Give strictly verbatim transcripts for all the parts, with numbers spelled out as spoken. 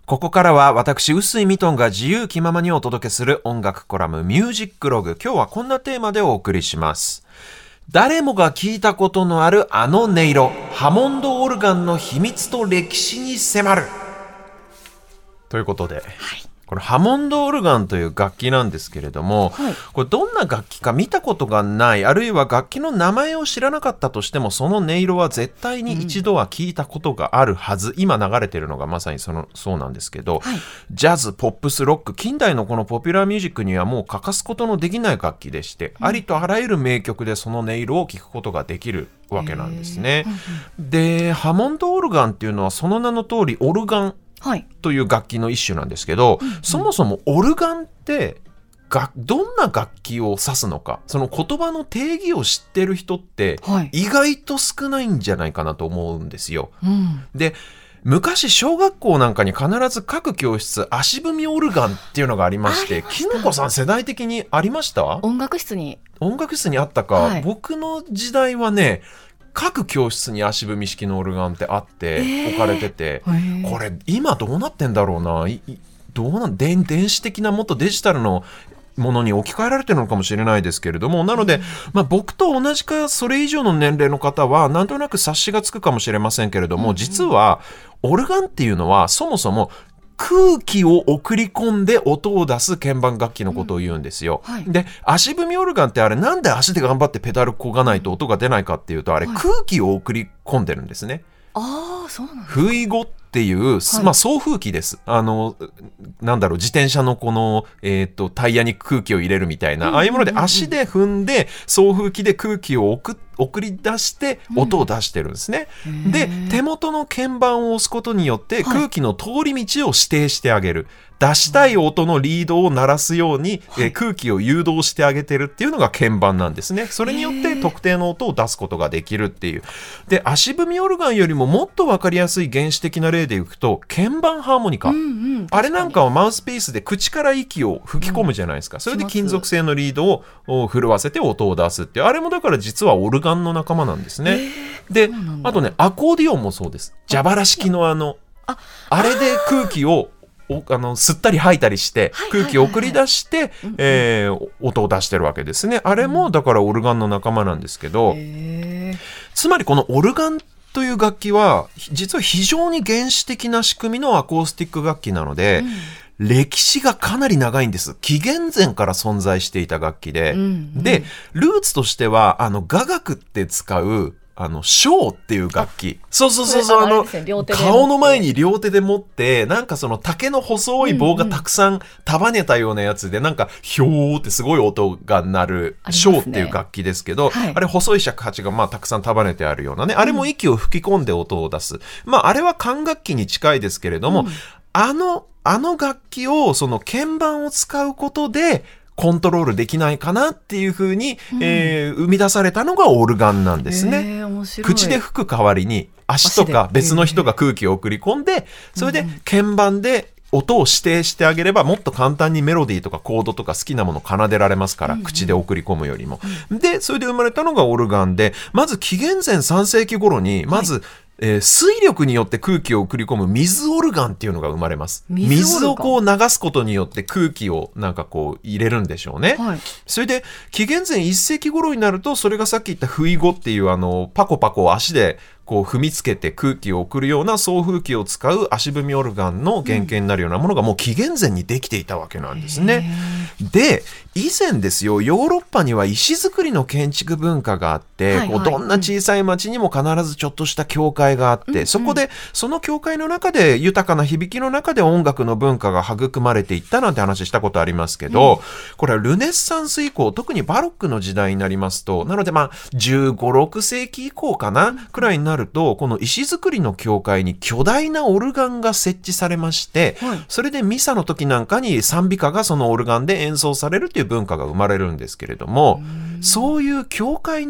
ここからは私臼井ミトンが自由気ままにお届けする音楽コラムミュージックログ。今日はこんなテーマでお送りします。誰もが聞いたことのあるあの音色、ハモンドオルガンの秘密と歴史に迫るということで、はい、これハモンドオルガンという楽器なんですけれども、はい、これどんな楽器か見たことがない、あるいは楽器の名前を知らなかったとしても、その音色は絶対に一度は聞いたことがあるはず、うん、今流れているのがまさにそのそうなんですけど、はい、ジャズ、ポップス、ロック、近代のこのポピュラーミュージックにはもう欠かすことのできない楽器でして、うん、ありとあらゆる名曲でその音色を聞くことができるわけなんですね。で、ハモンドオルガンっていうのはその名の通りオルガンという楽器の一種なんですけど、はい、そもそもオルガンってがどんな楽器を指すのか、その言葉の定義を知ってる人って意外と少ないんじゃないかなと思うんですよ、うん、で昔小学校なんかに必ず各教室足踏みオルガンっていうのがありまして、きのこさん世代的にありました？ 音楽室に音楽室にあったか、はい、僕の時代はね各教室に足踏み式のオルガンってあって置かれてて、えー、これ今どうなってんだろうな、どうなん電電子的なもっとデジタルのものに置き換えられてるのかもしれないですけれども、なので、まあ、僕と同じかそれ以上の年齢の方はなんとなく察しがつくかもしれませんけれども、うんうん、実はオルガンっていうのはそもそも空気を送り込んで音を出す鍵盤楽器のことを言うんですよ、うんはい、で足踏みオルガンってあれなんで足で頑張ってペダルこがないと音が出ないかっていうと、あれ空気を送り込んでるんですね、 はい、あそうなんですか。 不意語っていう、はいまあ、送風機です。あのなんだろう自転車のこの、えー、とタイヤに空気を入れるみたいな、うんうんうんうん、ああいうもので足で踏んで送風機で空気を送送り出して音を出してるんですね、うん、で手元の鍵盤を押すことによって空気の通り道を指定してあげる、はい、出したい音のリードを鳴らすように、はいえー、空気を誘導してあげてるっていうのが鍵盤なんですね。それによって特定の音を出すことができるっていう。で足踏みオルガンよりももっと分かりやすい原始的な例でいくと鍵盤ハーモニカ、うんうん、あれなんかはマウスピースで口から息を吹き込むじゃないですか、うん、それで金属製のリードを震わせて音を出すっていう、あれもだから実はオルガンの仲間なんですね。であとねアコーディオンもそうです。蛇腹式のあの あ, あれで空気をあの吸ったり吐いたりして空気を送り出して、えー、音を出してるわけですね。あれもだからオルガンの仲間なんですけど、つまりこのオルガンという楽器は実は非常に原始的な仕組みのアコースティック楽器なので、うん、歴史がかなり長いんです。紀元前から存在していた楽器で、うんうん、でルーツとしてはあの雅楽って使うあのショーっていう楽器、そうそうそうそう、あの顔の前に両手で持ってなんかその竹の細い棒がたくさん束ねたようなやつで、うんうん、なんかひょーってすごい音が鳴るショーっていう楽器ですけど、あ、ねはい、あれ細い尺八がまあたくさん束ねてあるようなね、あれも息を吹き込んで音を出す、うん、まああれは管楽器に近いですけれども、うん、あのあの楽器をその鍵盤を使うことでコントロールできないかなっていう風に、うんえー、生み出されたのがオルガンなんですね、えー、面白い。口で吹く代わりに足とか別の人が空気を送り込んで、それで鍵盤で音を指定してあげればもっと簡単にメロディーとかコードとか好きなものを奏でられますから、うんうん、口で送り込むよりも、うん、でそれで生まれたのがオルガンで、まず紀元前さん世紀頃にまず、はいえー、水力によって空気を送り込む水オルガンっていうのが生まれます。 水, 水をこう流すことによって空気をなんかこう入れるんでしょうね、はい、それで紀元前いっ世紀頃になるとそれがさっき言った不意語っていうあのパコパコ足でこう踏みつけて空気を送るような送風機を使う足踏みオルガンの原型になるようなものがもう紀元前にできていたわけなんですね。で以前ですよ、ヨーロッパには石造りの建築文化があって、はいはい、こうどんな小さい町にも必ずちょっとした教会があって、うんうん、そこでその教会の中で豊かな響きの中で音楽の文化が育まれていったなんて話したことありますけど、うん、これはルネッサンス以降特にバロックの時代になりますと、なのでまあじゅうご、ろく世紀以降かな、うん、くらいになるとこの石造りの教会に巨大なオルガンが設置されまして、はい、それでミサの時なんかに賛美歌がそのオルガンで演奏されるという文化が生まれるんですけれども、そういう教会に設置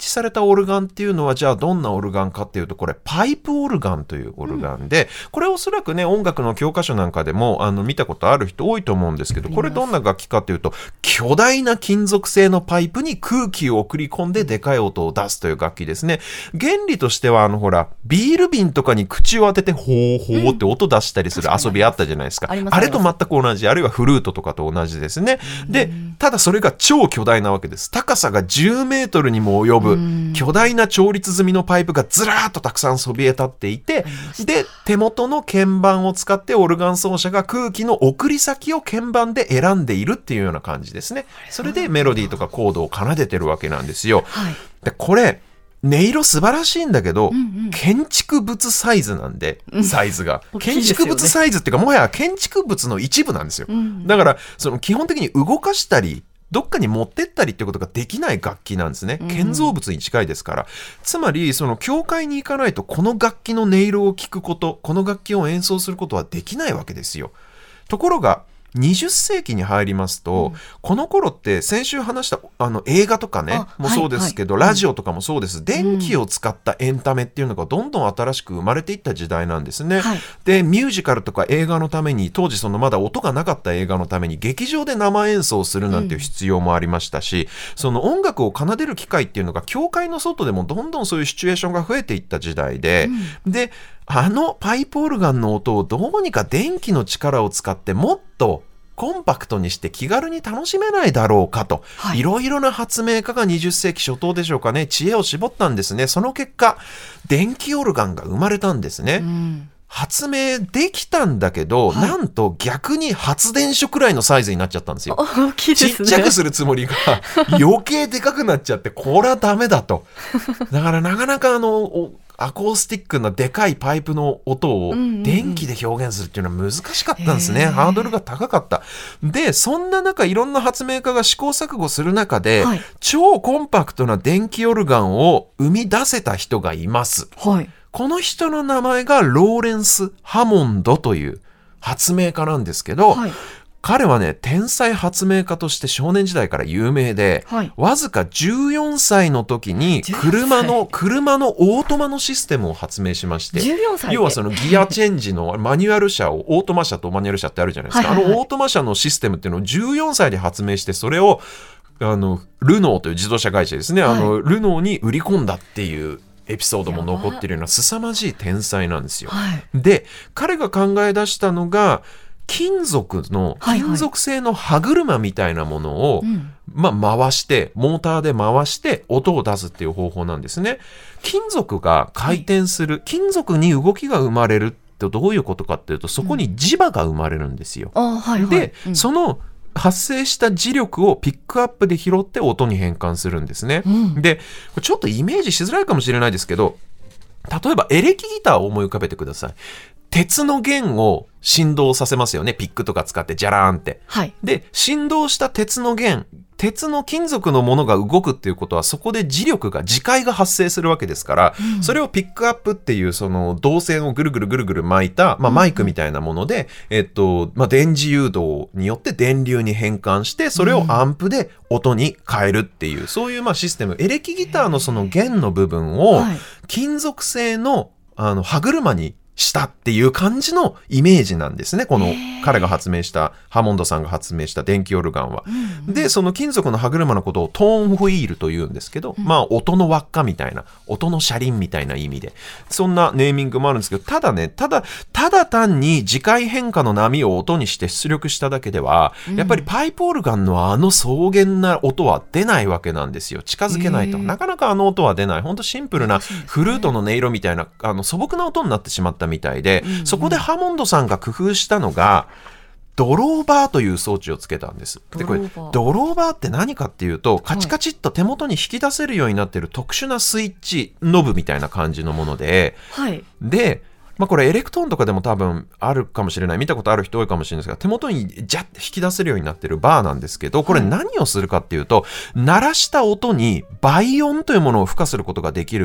置されたオルガンっていうのはじゃあどんなオルガンかっていうと、これパイプオルガンというオルガンで、うん、これおそらくね音楽の教科書なんかでもあの見たことある人多いと思うんですけど、これどんな楽器かっていうと、巨大な金属製のパイプに空気を送り込んででかい音を出すという楽器ですね。原理としてはあのほらビール瓶とかに口を当ててほーほーって音出したりする遊びあったじゃないですか、うん、あ, あれと全く同じ、あるいはフルートとかと同じですね。でただそれが超巨大なわけです。高さがじゅうメートルにも及ぶ巨大な調律済みのパイプがずらーっとたくさんそびえ立っていて、で手元の鍵盤を使ってオルガン奏者が空気の送り先を鍵盤で選んでいるっていうような感じですね。それでメロディーとかコードを奏でてるわけなんですよ、はい、でこれ音色素晴らしいんだけど、うんうん、建築物サイズなんで、サイズが、うん、建築物サイズっていうかもはや建築物の一部なんですよ、うんうん、だからその基本的に動かしたりどっかに持ってったりってことができない楽器なんですね。建造物に近いですから、うん、つまりその教会に行かないとこの楽器の音色を聞くこと、この楽器を演奏することはできないわけですよ。ところがにじゅっ世紀に入りますと、うん、この頃って先週話したあの映画とかねもそうですけど、はいはい、ラジオとかもそうです、うん、電気を使ったエンタメっていうのがどんどん新しく生まれていった時代なんですね、はい、でミュージカルとか映画のために、当時そのまだ音がなかった映画のために劇場で生演奏するなんていう必要もありましたし、うん、その音楽を奏でる機会っていうのが教会の外でもどんどんそういうシチュエーションが増えていった時代で、うん、であのパイプオルガンの音をどうにか電気の力を使ってもっとコンパクトにして気軽に楽しめないだろうかと、はい、いろいろな発明家がにじゅっ世紀初頭でしょうかね、知恵を絞ったんですね。その結果電気オルガンが生まれたんですね、うん、発明できたんだけど、はい、なんと逆に発電所くらいのサイズになっちゃったんですよ。 大きいですね。 ちっちゃくするつもりが余計でかくなっちゃって、これはダメだと。だからなかなかあのアコースティックなでかいパイプの音を電気で表現するっていうのは難しかったんですね、うんうんうん、ハードルが高かった。でそんな中いろんな発明家が試行錯誤する中で、はい、超コンパクトな電気オルガンを生み出せた人がいます、はい、この人の名前がローレンス・ハモンドという発明家なんですけど、はい、彼はね天才発明家として少年時代から有名で、はい、わずかじゅうよんさいの時に車の車のオートマのシステムを発明しまして、 じゅうよんさいで要はそのギアチェンジのマニュアル車を、オートマ車とマニュアル車ってあるじゃないですか、はいはいはい、あのオートマ車のシステムっていうのをじゅうよんさいで発明して、それをあのルノーという自動車会社ですね、はい、あのルノーに売り込んだっていうエピソードも残っているような凄まじい天才なんですよ、はい、で彼が考え出したのが金属の金属製の歯車みたいなものを、はいはい、まあ、回してモーターで回して音を出すっていう方法なんですね。金属が回転する、はい、金属に動きが生まれるってどういうことかっていうと、そこに磁場が生まれるんですよ、うんはいはい、で、うん、その発生した磁力をピックアップで拾って音に変換するんですね、うん、でちょっとイメージしづらいかもしれないですけど、例えばエレキギターを思い浮かべてください。鉄の弦を振動させますよね、ピックとか使ってジャラーンって、はい、で振動した鉄の弦、鉄の金属のものが動くっていうことは、そこで磁力が磁界が発生するわけですから、うん、それをピックアップっていうその導線をぐるぐるぐるぐる巻いた、まあ、マイクみたいなもので、うん、えっとまあ、電磁誘導によって電流に変換して、それをアンプで音に変えるっていう、そういうまあシステム。エレキギターのその弦の部分を金属製のあの歯車にしたっていう感じのイメージなんですね、この彼が発明したハモンドさんが発明した電気オルガンは、うんうん、でその金属の歯車のことをトーンホイールというんですけど、うん、まあ音の輪っかみたいな、音の車輪みたいな意味で、そんなネーミングもあるんですけど、ただねただただ単に磁界変化の波を音にして出力しただけでは、うん、やっぱりパイプオルガンのあの草原な音は出ないわけなんですよ。近づけないとなかなかあの音は出ない。ほんとシンプルなフルートの音色みたいな、あの素朴な音になってしまったみたいで、うんうん、そこでハモンドさんが工夫したのがドローバーという装置をつけたんです。でこれドローバーって何かっていうと、カチカチっと手元に引き出せるようになっている特殊なスイッチノブみたいな感じのもので、はい、でまあ、これエレクトーンとかでも多分あるかもしれない、見たことある人多いかもしれないですが、手元にジャッて引き出せるようになってるバーなんですけど、これ何をするかっていうと、鳴らした音に倍音というものを付加することができる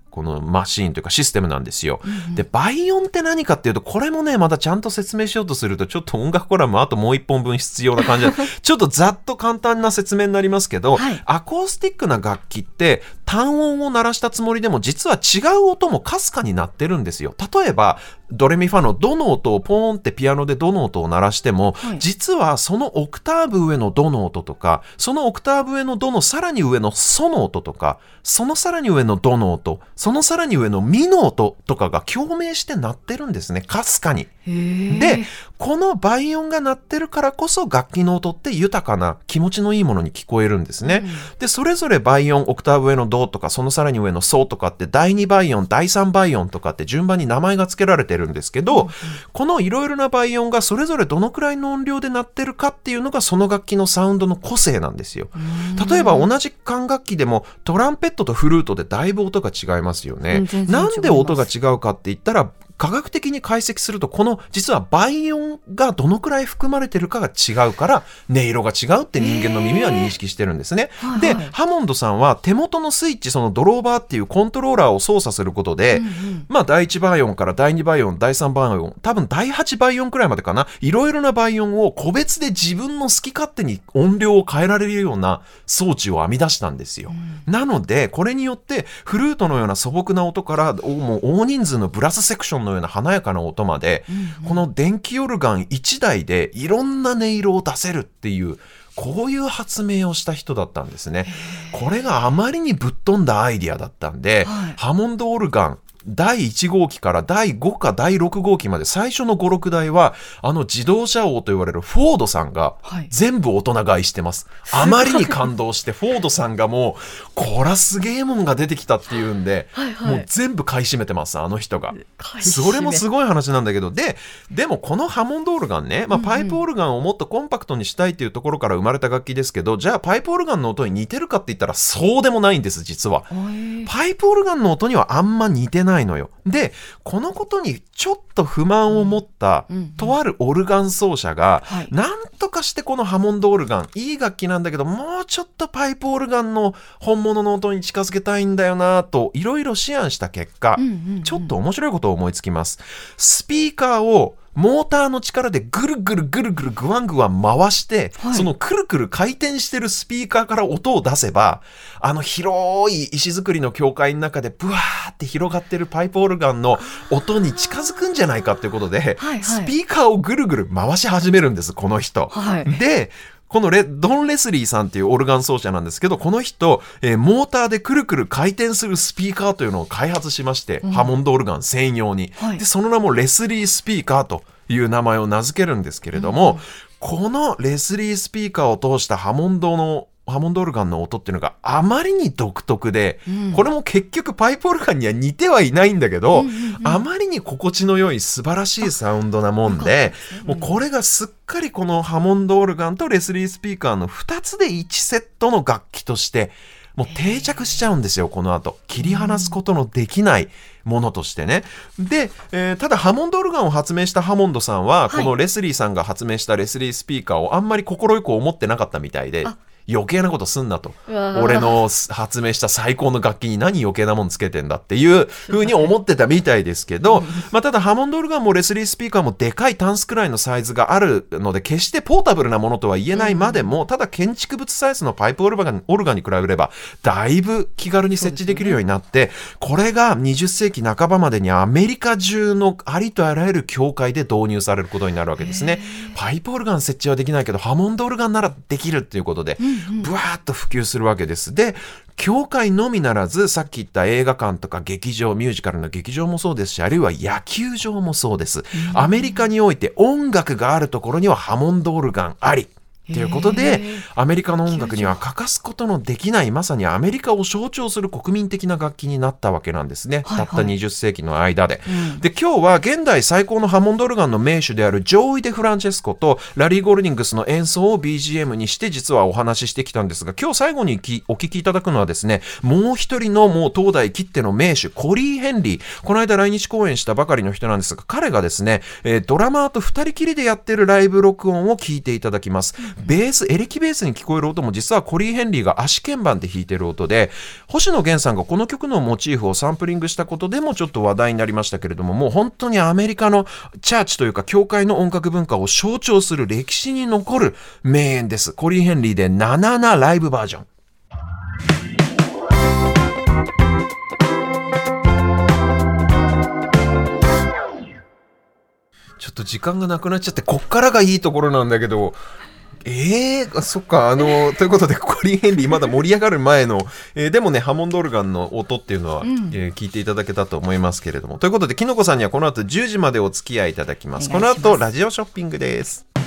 このマシーンというかシステムなんですよ、 うんうん、 で倍音って何かっていうと、これもねまだちゃんと説明しようとするとちょっと音楽コラムあともう一本分必要な感じでちょっとざっと簡単な説明になりますけど、はい、アコースティックな楽器って単音を鳴らしたつもりでも実は違う音もかすかに鳴ってるんですよ。例えばドレミファのドの音をポーンってピアノでドの音を鳴らしても、はい、実はそのオクターブ上のドの音とか、そのオクターブ上のドのさらに上のソの音とか、そのさらに上のドの音、そのさらに上のミの音とかが共鳴して鳴ってるんですね、かすかに。でこの倍音が鳴ってるからこそ楽器の音って豊かな気持ちのいいものに聞こえるんですね、うん、でそれぞれ倍音、オクターブ上のドとかそのさらに上のソとかってだいに倍音、だいさん倍音とかって順番に名前が付けられてるんですけど、うんうん、このいろいろな倍音がそれぞれどのくらいの音量で鳴ってるかっていうのがその楽器のサウンドの個性なんですよ。例えば同じ管楽器でもトランペットとフルートでだいぶ音が違いますよね、うん、なんで音が違うかって言ったら科学的に解析するとこの実は倍音がどのくらい含まれてるかが違うから音色が違うって人間の耳は認識してるんですね、で、はいはい、ハモンドさんは手元のスイッチ、そのドローバーっていうコントローラーを操作することで、うんうん、まあだいいち倍音からだいに倍音、だいさん倍音、多分だいはち倍音くらいまでかな、いろいろな倍音を個別で自分の好き勝手に音量を変えられるような装置を編み出したんですよ、うん、なのでこれによってフルートのような素朴な音からもう大人数のブラスセクションのような華やかな音まで、うんうん、この電気オルガンいちだいでいろんな音色を出せるっていう、こういう発明をした人だったんですね。これがあまりにぶっ飛んだアイディアだったんで、はい、ハモンドオルガンだいいち号機からだいごかだいろく号機まで最初のご、ろくだいはあの自動車王と言われるフォードさんが全部大人買いしてます、はい、あまりに感動してフォードさんがもうこらすげえもんが出てきたっていうんで、はいはい、もう全部買い占めてます、あの人が。それもすごい話なんだけど、ででもこのハモンドオルガンね、まあ、パイプオルガンをもっとコンパクトにしたいっていうところから生まれた楽器ですけど、じゃあパイプオルガンの音に似てるかって言ったらそうでもないんです。実はパイプオルガンの音にはあんま似てないのよ。でこのことにちょっと不満を持ったとあるオルガン奏者が、なんとかしてこのハモンドオルガンいい楽器なんだけど、もうちょっとパイプオルガンの本物の音に近づけたいんだよなといろいろ思案した結果、ちょっと面白いことを思いつきます。スピーカーをモーターの力でぐるぐるぐるぐるぐわんぐわん回して、はい、そのくるくる回転してるスピーカーから音を出せば、あの広い石造りの教会の中でブワーって広がってるパイプオルガンの音に近づくんじゃないかということで、はいはい、スピーカーをぐるぐる回し始めるんです、この人、はい、でこのレドン・レスリーさんっていうオルガン奏者なんですけど、この人、えー、モーターでくるくる回転するスピーカーというのを開発しまして、うん、ハモンドオルガン専用に、はい、でその名もレスリースピーカーという名前を名付けるんですけれども、うん、このレスリースピーカーを通したハモンドのハモンドオルガンの音っていうのがあまりに独特で、うん、これも結局パイプオルガンには似てはいないんだけど、うんうんうん、あまりに心地の良い素晴らしいサウンドなもんで、もうこれがすっかりこのハモンドオルガンとレスリースピーカーのふたつでいちセットの楽器としてもう定着しちゃうんですよ。この後切り離すことのできないものとしてね。で、えー、ただハモンドオルガンを発明したハモンドさんは、はい、このレスリーさんが発明したレスリースピーカーをあんまり快く思ってなかったみたいで、余計なことすんなと、俺の発明した最高の楽器に何余計なもんつけてんだっていう風に思ってたみたいですけど、まあ、ただハモンドオルガンもレスリースピーカーもでかいタンスくらいのサイズがあるので決してポータブルなものとは言えないまでも、ただ建築物サイズのパイプオルガン、オルガンに比べればだいぶ気軽に設置できるようになって、これがにじゅっ世紀半ばまでにアメリカ中のありとあらゆる教会で導入されることになるわけですね。パイプオルガン設置はできないけどハモンドオルガンならできるっていうことでブワーッと普及するわけです。で、教会のみならずさっき言った映画館とか劇場、ミュージカルの劇場もそうですし、あるいは野球場もそうです。アメリカにおいて音楽があるところにはハモンドオルガンありということで、アメリカの音楽には欠かすことのできない、まさにアメリカを象徴する国民的な楽器になったわけなんですね、はいはい、たったにじゅっ世紀の間で、うん、で今日は現代最高のハモンドオルガンの名手であるジョーイ・デ・フランチェスコとラリー・ゴールディングスの演奏を ビージーエム にして実はお話ししてきたんですが、今日最後にお聞きいただくのはですね、もう一人のもう当代きっての名手コリー・ヘンリー、この間来日公演したばかりの人なんですが、彼がですね、えー、ドラマーと二人きりでやってるライブ録音を聞いていただきます。 ベースエレキベースに聞こえる音も実はコリー・ヘンリーが足鍵盤で弾いてる音で、星野源さんがこの曲のモチーフをサンプリングしたことでもちょっと話題になりましたけれども、もう本当にアメリカのチャーチというか教会の音楽文化を象徴する歴史に残る名演です。コリー・ヘンリーでナナナライブバージョン。ちょっと時間がなくなっちゃって、こっからがいいところなんだけど、えー、そっか、あの、ということで、コリー・ヘンリーまだ盛り上がる前の、えー、でもね、ハモンドオルガンの音っていうのは、うんえー、聞いていただけたと思いますけれども。ということで、きのこさんにはこの後じゅうじまでお付き合いいただきます。この後、ラジオショッピングです。